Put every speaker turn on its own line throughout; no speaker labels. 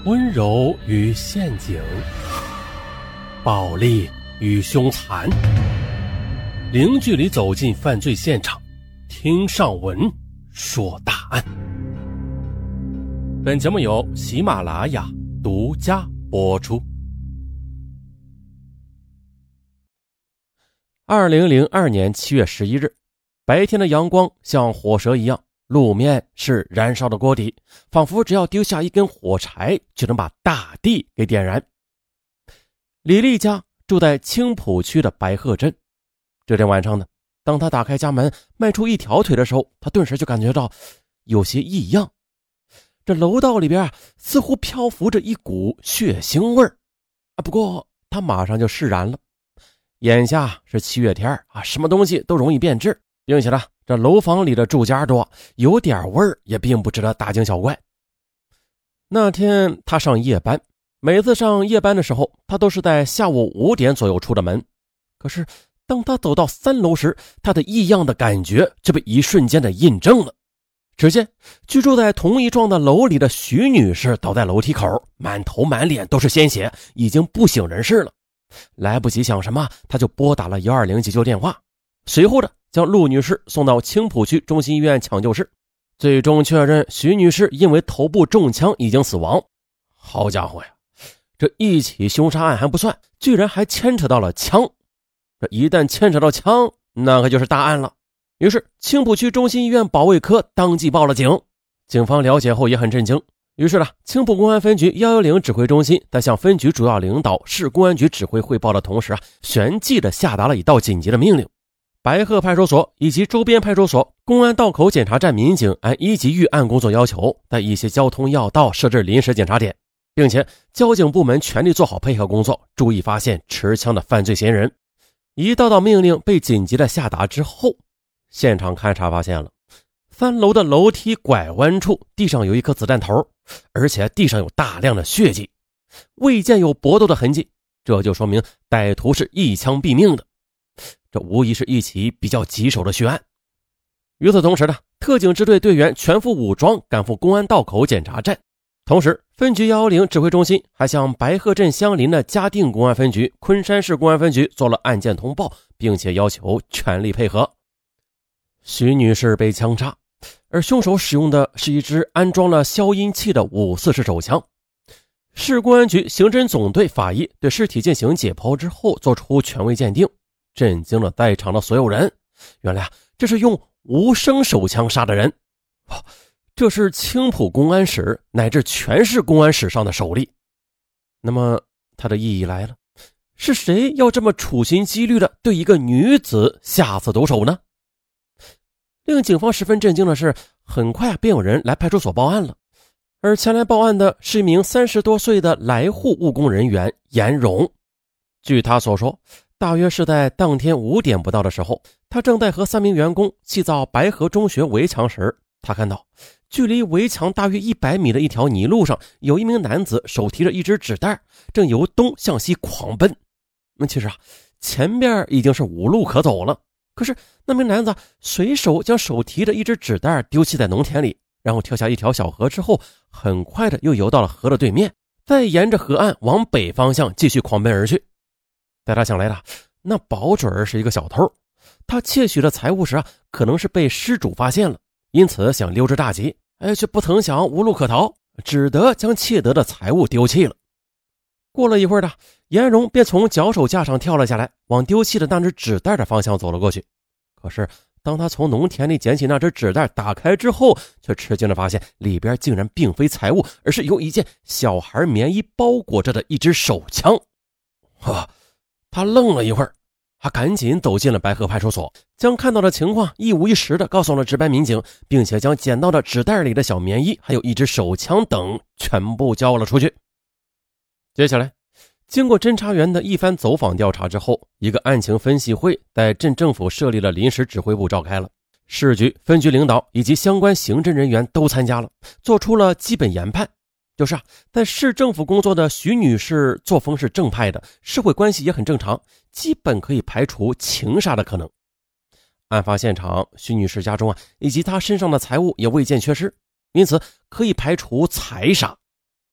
温柔与陷阱，暴力与凶残，零距离走进犯罪现场，听上文说大案。本节目由喜马拉雅独家播出。2002年7月11日，白天的阳光像火蛇一样，路面是燃烧的锅底，仿佛只要丢下一根火柴就能把大地给点燃。李丽家住在青浦区的白鹤镇。这天晚上呢，当他打开家门迈出一条腿的时候，他顿时就感觉到有些异样。这楼道里边似乎漂浮着一股血腥味儿不过他马上就释然了。眼下是7月天什么东西都容易变质，并且呢，这楼房里的住家多，有点味儿也并不值得大惊小怪。那天他上夜班，每次上夜班的时候，他都是在下午5点左右出的门。可是当他走到3楼时，他的异样的感觉就被一瞬间的印证了。只见居住在同一幢的楼里的徐女士倒在楼梯口，满头满脸都是鲜血，已经不省人事了。来不及想什么，他就拨打了120急救电话，随后的将陆女士送到青浦区中心医院抢救室，最终确认徐女士因为头部中枪已经死亡。好家伙呀，这一起凶杀案还不算，居然还牵扯到了枪。这一旦牵扯到枪，那可就是大案了。于是青浦区中心医院保卫科当即报了警。警方了解后也很震惊，于是青浦公安分局110指挥中心在向分局主要领导、市公安局指挥汇报的同时旋即的下达了一道紧急的命令。白鹤派出所以及周边派出所、公安道口检查站民警按1级预案工作要求，在一些交通要道设置临时检查点，并且交警部门全力做好配合工作，注意发现持枪的犯罪嫌疑人。一道道命令被紧急的下达之后，现场勘查发现了3楼的楼梯拐弯处地上有一颗子弹头，而且地上有大量的血迹，未见有搏斗的痕迹，这就说明歹徒是一枪毙命的。这无疑是一起比较棘手的血案。与此同时特警支队队员全副武装赶赴公安道口检查站，同时分局110指挥中心还向白鹤镇相邻的嘉定公安分局、昆山市公安分局做了案件通报，并且要求全力配合。徐女士被枪杀，而凶手使用的是一支安装了消音器的5.4式手枪。市公安局刑侦总队法医对尸体进行解剖之后做出权威鉴定，震惊了在场的所有人。原来这是用无声手枪杀的人。这是青浦公安史乃至全市公安史上的首例。那么它的意义来了，是谁要这么处心积虑的对一个女子下此毒手呢？令警方十分震惊的是，很快便有人来派出所报案了。而前来报案的是一名30多岁的来沪务工人员严荣。据他所说，大约是在当天5点不到的时候，他正在和3名员工砌造白河中学围墙时，他看到距离围墙大约100米的一条泥路上，有一名男子手提着一只纸袋，正由东向西狂奔。其实前面已经是无路可走了，可是那名男子随手将手提着一只纸袋丢弃在农田里，然后跳下一条小河之后，很快的又游到了河的对面，再沿着河岸往北方向继续狂奔而去。在他想来那保准是一个小偷，他窃取的财物时可能是被失主发现了，因此想溜之大吉，却不曾想无路可逃，只得将窃得的财物丢弃了。过了一会儿严荣便从脚手架上跳了下来，往丢弃的那只纸袋的方向走了过去。可是当他从农田里捡起那只纸袋打开之后，却吃惊地发现里边竟然并非财物，而是由一件小孩棉衣包裹着的一支手枪。他愣了一会儿，他赶紧走进了白河派出所，将看到的情况一五一十地告诉了值班民警，并且将捡到的纸袋里的小棉衣还有一支手枪等全部交了出去。接下来经过侦查员的一番走访调查之后，一个案情分析会在镇政府设立了临时指挥部召开了，市局、分局领导以及相关刑侦人员都参加了，做出了基本研判。就是在市政府工作的徐女士作风是正派的，社会关系也很正常，基本可以排除情杀的可能。案发现场徐女士家中以及她身上的财物也未见缺失，因此可以排除财杀。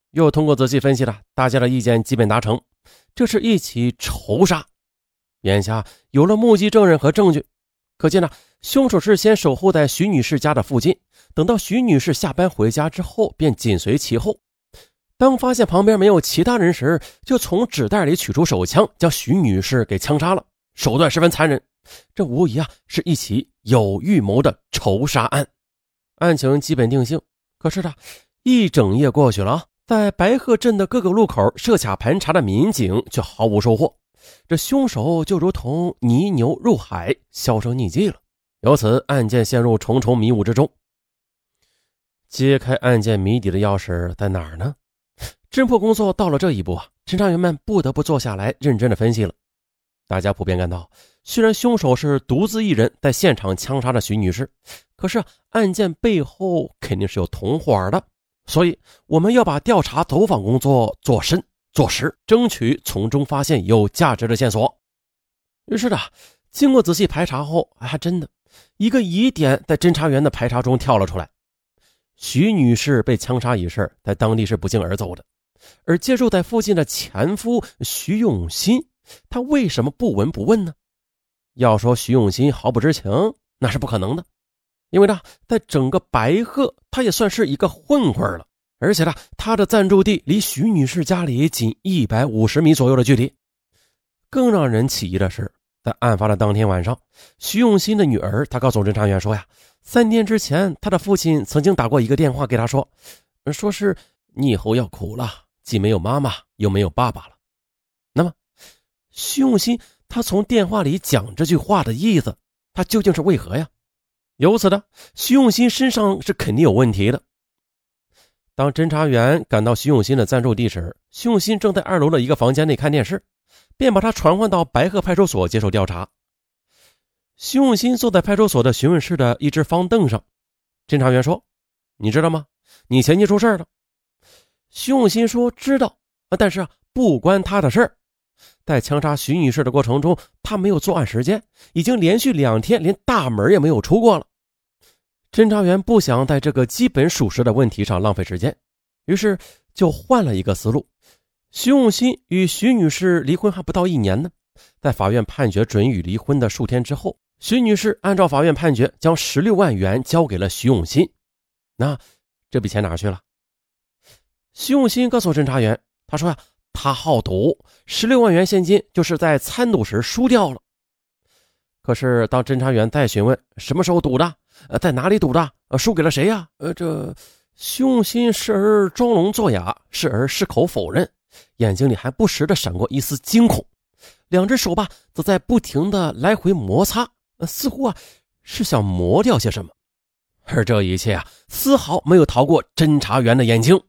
又通过仔细分析了，大家的意见基本达成，这是一起仇杀。眼下有了目击证人和证据，可见凶手是先守候在徐女士家的附近，等到徐女士下班回家之后便紧随其后。当发现旁边没有其他人时，就从纸袋里取出手枪，将徐女士给枪杀了，手段十分残忍。这无疑是一起有预谋的仇杀案。案情基本定性，可是一整夜过去了，在白鹤镇的各个路口设卡盘查的民警却毫无收获。这凶手就如同泥牛入海，销声匿迹了。由此案件陷入重重迷雾之中。揭开案件谜底的钥匙在哪儿呢？侦破工作到了这一步侦查员们不得不坐下来认真的分析了。大家普遍感到，虽然凶手是独自一人在现场枪杀了徐女士，可是案件背后肯定是有同伙的，所以我们要把调查走访工作做深做实，争取从中发现有价值的线索。于是经过仔细排查后，还真的一个疑点在侦查员的排查中跳了出来。徐女士被枪杀一事在当地是不胫而走的，而借住在附近的前夫徐永新，他为什么不闻不问呢？要说徐永新毫不知情，那是不可能的，因为在整个白鹤他也算是一个混混了，而且他的暂住地离徐女士家里仅150米左右的距离。更让人起疑的是，在案发的当天晚上，徐永新的女儿她告诉侦查员说3天之前他的父亲曾经打过一个电话给他说是你以后要苦了，既没有妈妈又没有爸爸了。那么徐永新他从电话里讲这句话的意思，他究竟是为何呀？由此徐永新身上是肯定有问题的。当侦查员赶到徐永新的暂住地时，徐永新正在2楼的一个房间内看电视，便把他传唤到白鹤派出所接受调查。徐永新坐在派出所的询问室的一只方凳上，侦查员说：你知道吗？你前妻出事了。徐永新说知道，但是不关他的事儿。在枪杀徐女士的过程中，他没有作案时间，已经连续2天连大门也没有出过了。侦查员不想在这个基本属实的问题上浪费时间，于是就换了一个思路。徐永新与徐女士离婚还不到1年呢，在法院判决准予离婚的数天之后，徐女士按照法院判决将16万元交给了徐永新。那这笔钱哪去了？徐永新告诉侦查员，他说他好赌，16万元现金就是在参赌时输掉了。可是当侦查员再询问什么时候赌的，在哪里赌的，输给了谁呀？这徐永新时而装聋作哑，时而矢口否认，眼睛里还不时地闪过一丝惊恐，2只手则在不停地来回摩擦，似乎是想磨掉些什么。而这一切丝毫没有逃过侦查员的眼睛。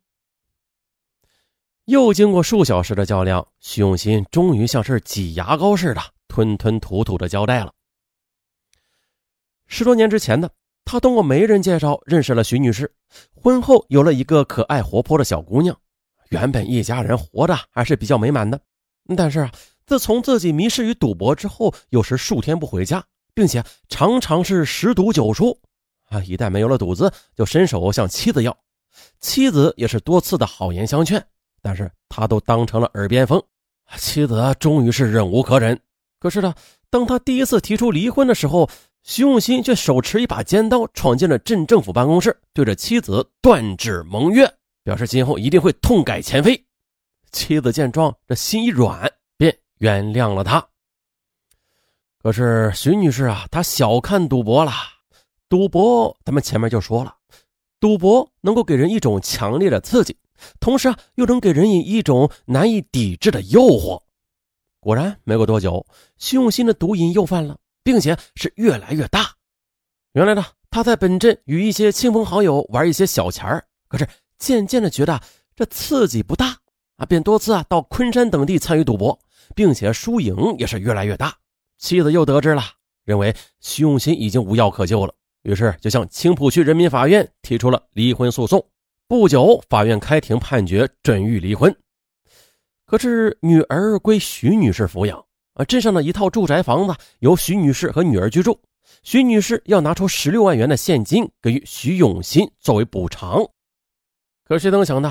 又经过数小时的较量，徐永新终于像是挤牙膏似的吞吞吐吐的交代了。10多年之前他通过媒人介绍认识了徐女士，婚后有了一个可爱活泼的小姑娘，原本一家人活得还是比较美满的。但是自从自己迷失于赌博之后，有时数天不回家，并且常常是10赌9输一旦没有了赌子，就伸手向妻子要，妻子也是多次的好言相劝，但是他都当成了耳边风。妻子终于是忍无可忍，可是当他第一次提出离婚的时候，徐永新却手持一把尖刀闯进了镇政府办公室，对着妻子断指盟约，表示今后一定会痛改前非。妻子见状，这心一软，便原谅了他。可是徐女士她小看赌博了。赌博咱们前面就说了，赌博能够给人一种强烈的刺激，同时又能给人以一种难以抵制的诱惑。果然没过多久，徐永新的毒瘾又犯了，并且是越来越大。原来他在本镇与一些亲朋好友玩一些小钱儿，可是渐渐的觉得这刺激不大便多次到昆山等地参与赌博，并且输赢也是越来越大。妻子又得知了，认为徐永新已经无药可救了，于是就向青浦区人民法院提出了离婚诉讼。不久，法院开庭判决准予离婚。可是女儿归徐女士抚养，镇上的一套住宅房子由徐女士和女儿居住，徐女士要拿出16万元的现金给予徐永新作为补偿。可谁能想到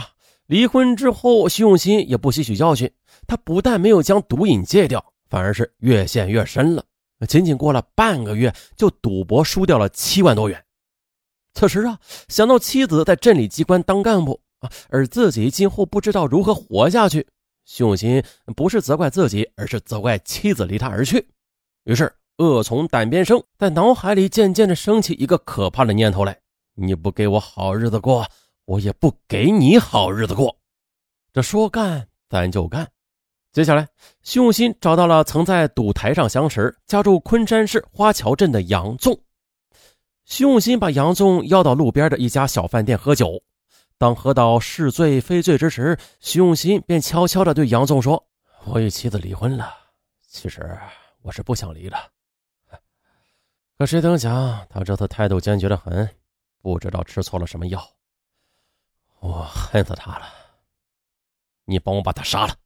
离婚之后，徐永新也不吸取教训，他不但没有将毒瘾戒掉，反而是越陷越深了。仅仅过了半个月，就赌博输掉了7万多元。此时想到妻子在镇里机关当干部而自己今后不知道如何活下去，徐永新不是责怪自己，而是责怪妻子离他而去。于是恶从胆边生，在脑海里渐渐地升起一个可怕的念头来：你不给我好日子过，我也不给你好日子过。这说干咱就干。接下来徐永新找到了曾在赌台上相识，家住昆山市花桥镇的杨纵。徐永新把杨纵邀到路边的一家小饭店喝酒，当喝到是醉非醉之时，徐永新便悄悄地对杨纵说：我与妻子离婚了，其实我是不想离的，可谁曾想他这次态度坚决得很，不知道吃错了什么药，我恨死他了，你帮我把他杀了。